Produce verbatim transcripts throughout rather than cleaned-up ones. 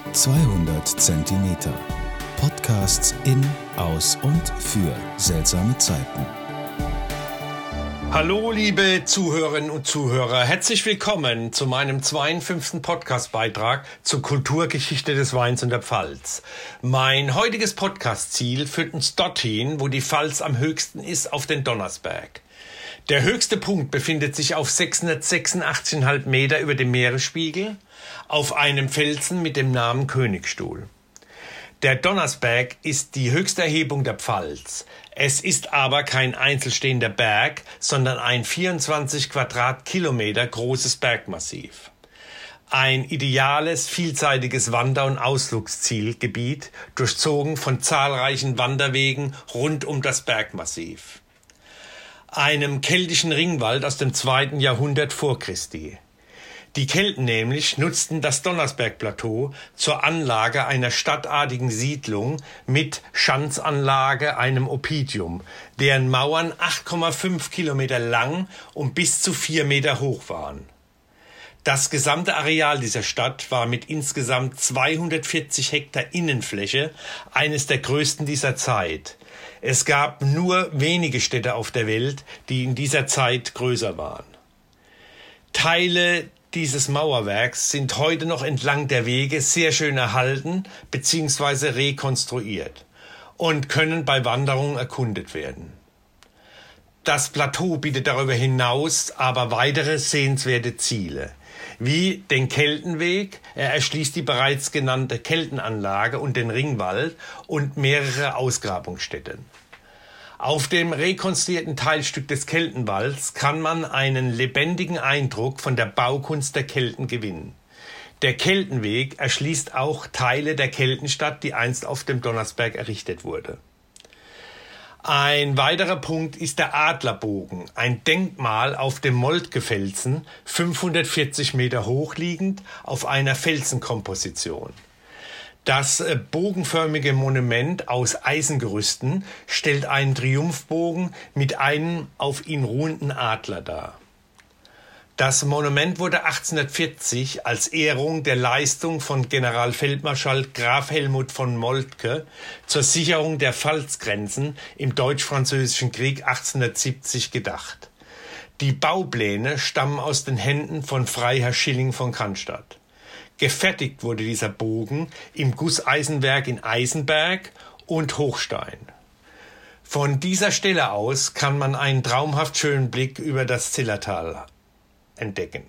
zweihundert Zentimeter. Podcasts in, aus und für seltsame Zeiten. Hallo liebe Zuhörerinnen und Zuhörer, herzlich willkommen zu meinem zweiundfünfzigsten Podcast-Beitrag zur Kulturgeschichte des Weins und der Pfalz. Mein heutiges Podcast-Ziel führt uns dorthin, wo die Pfalz am höchsten ist, auf den Donnersberg. Der höchste Punkt befindet sich auf sechshundertsechsundachtzig Komma fünf Meter über dem Meeresspiegel auf einem Felsen mit dem Namen Königstuhl. Der Donnersberg ist die höchste Erhebung der Pfalz. Es ist aber kein einzelstehender Berg, sondern ein vierundzwanzig Quadratkilometer großes Bergmassiv. Ein ideales, vielseitiges Wander- und Ausflugszielgebiet, durchzogen von zahlreichen Wanderwegen rund um das Bergmassiv. Einem keltischen Ringwald aus dem zweiten Jahrhundert vor Christi. Die Kelten nämlich nutzten das Donnersbergplateau zur Anlage einer stadtartigen Siedlung mit Schanzanlage, einem Oppidum, deren Mauern acht Komma fünf Kilometer lang und bis zu vier Meter hoch waren. Das gesamte Areal dieser Stadt war mit insgesamt zweihundertvierzig Hektar Innenfläche eines der größten dieser Zeit. Es gab nur wenige Städte auf der Welt, die in dieser Zeit größer waren. Teile dieses Mauerwerks sind heute noch entlang der Wege sehr schön erhalten bzw. rekonstruiert und können bei Wanderungen erkundet werden. Das Plateau bietet darüber hinaus aber weitere sehenswerte Ziele, wie den Keltenweg. Er erschließt die bereits genannte Keltenanlage und den Ringwald und mehrere Ausgrabungsstätten. Auf dem rekonstruierten Teilstück des Keltenwalds kann man einen lebendigen Eindruck von der Baukunst der Kelten gewinnen. Der Keltenweg erschließt auch Teile der Keltenstadt, die einst auf dem Donnersberg errichtet wurde. Ein weiterer Punkt ist der Adlerbogen, ein Denkmal auf dem Moltke-Felsen, fünfhundertvierzig Meter hoch liegend, auf einer Felsenkomposition. Das bogenförmige Monument aus Eisengerüsten stellt einen Triumphbogen mit einem auf ihn ruhenden Adler dar. Das Monument wurde achtzehnhundertvierzig als Ehrung der Leistung von Generalfeldmarschall Graf Helmut von Moltke zur Sicherung der Pfalzgrenzen im Deutsch-Französischen Krieg achtzehnhundertsiebzig gedacht. Die Baupläne stammen aus den Händen von Freiherr Schilling von Cannstatt. Gefertigt wurde dieser Bogen im Gusseisenwerk in Eisenberg und Hochstein. Von dieser Stelle aus kann man einen traumhaft schönen Blick über das Zillertal entdecken.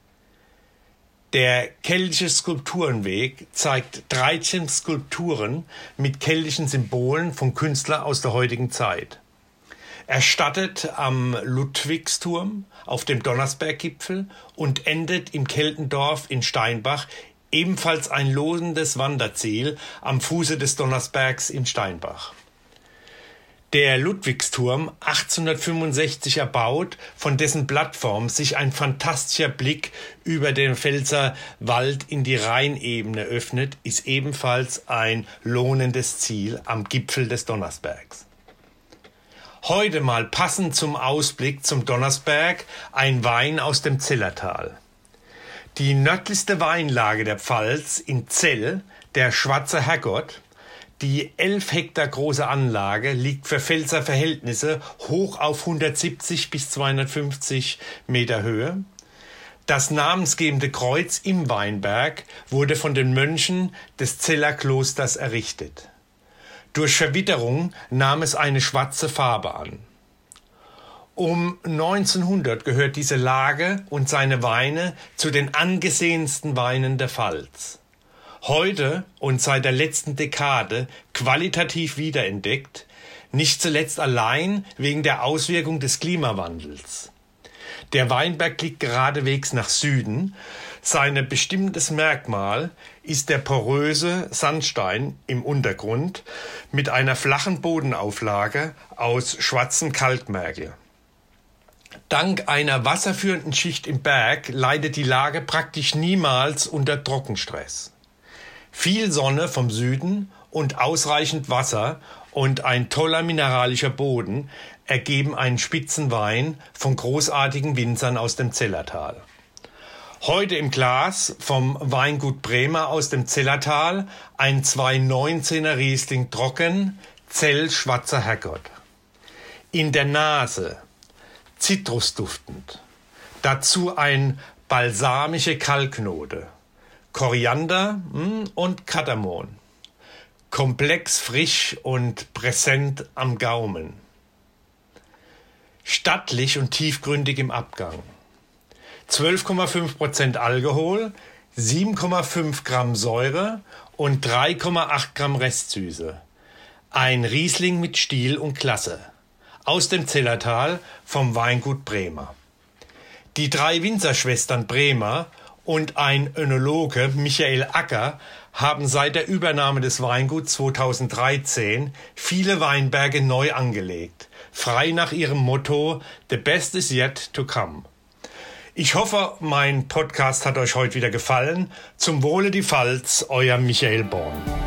Der keltische Skulpturenweg zeigt dreizehn Skulpturen mit keltischen Symbolen von Künstlern aus der heutigen Zeit. Er startet am Ludwigsturm auf dem Donnersberggipfel und endet im Keltendorf in Steinbach, ebenfalls ein lohnendes Wanderziel am Fuße des Donnersbergs in Steinbach. Der Ludwigsturm, achtzehnhundertfünfundsechzig erbaut, von dessen Plattform sich ein fantastischer Blick über den Pfälzerwald in die Rheinebene öffnet, ist ebenfalls ein lohnendes Ziel am Gipfel des Donnersbergs. Heute mal passend zum Ausblick zum Donnersberg ein Wein aus dem Zillertal. Die nördlichste Weinlage der Pfalz in Zell, der Schwarze Herrgott, die elf Hektar große Anlage, liegt für Pfälzer Verhältnisse hoch auf hundertsiebzig bis zweihundertfünfzig Meter Höhe. Das namensgebende Kreuz im Weinberg wurde von den Mönchen des Zeller Klosters errichtet. Durch Verwitterung nahm es eine schwarze Farbe an. Um neunzehnhundert gehört diese Lage und seine Weine zu den angesehensten Weinen der Pfalz. Heute und seit der letzten Dekade qualitativ wiederentdeckt, nicht zuletzt allein wegen der Auswirkung des Klimawandels. Der Weinberg liegt geradewegs nach Süden. Sein bestimmtes Merkmal ist der poröse Sandstein im Untergrund mit einer flachen Bodenauflage aus schwarzem Kalkmergel. Dank einer wasserführenden Schicht im Berg leidet die Lage praktisch niemals unter Trockenstress. Viel Sonne vom Süden und ausreichend Wasser und ein toller mineralischer Boden ergeben einen Spitzenwein von großartigen Winzern aus dem Zellertal. Heute im Glas vom Weingut Bremer aus dem Zellertal ein zweitausendneunzehner Riesling trocken, Zell-Schwarzer Herrgott. In der Nase zitrusduftend. Dazu ein balsamische Kalknote, Koriander und Kardamom. Komplex, frisch und präsent am Gaumen. Stattlich und tiefgründig im Abgang. zwölf Komma fünf Prozent Alkohol, sieben Komma fünf Gramm Säure und drei Komma acht Gramm Restsüße. Ein Riesling mit Stil und Klasse. Aus dem Zellertal vom Weingut Bremer. Die drei Winzerschwestern Bremer und ein Önologe, Michael Acker, haben seit der Übernahme des Weinguts zweitausenddreizehn viele Weinberge neu angelegt, frei nach ihrem Motto "The best is yet to come". Ich hoffe, mein Podcast hat euch heute wieder gefallen. Zum Wohle die Pfalz, euer Michael Born.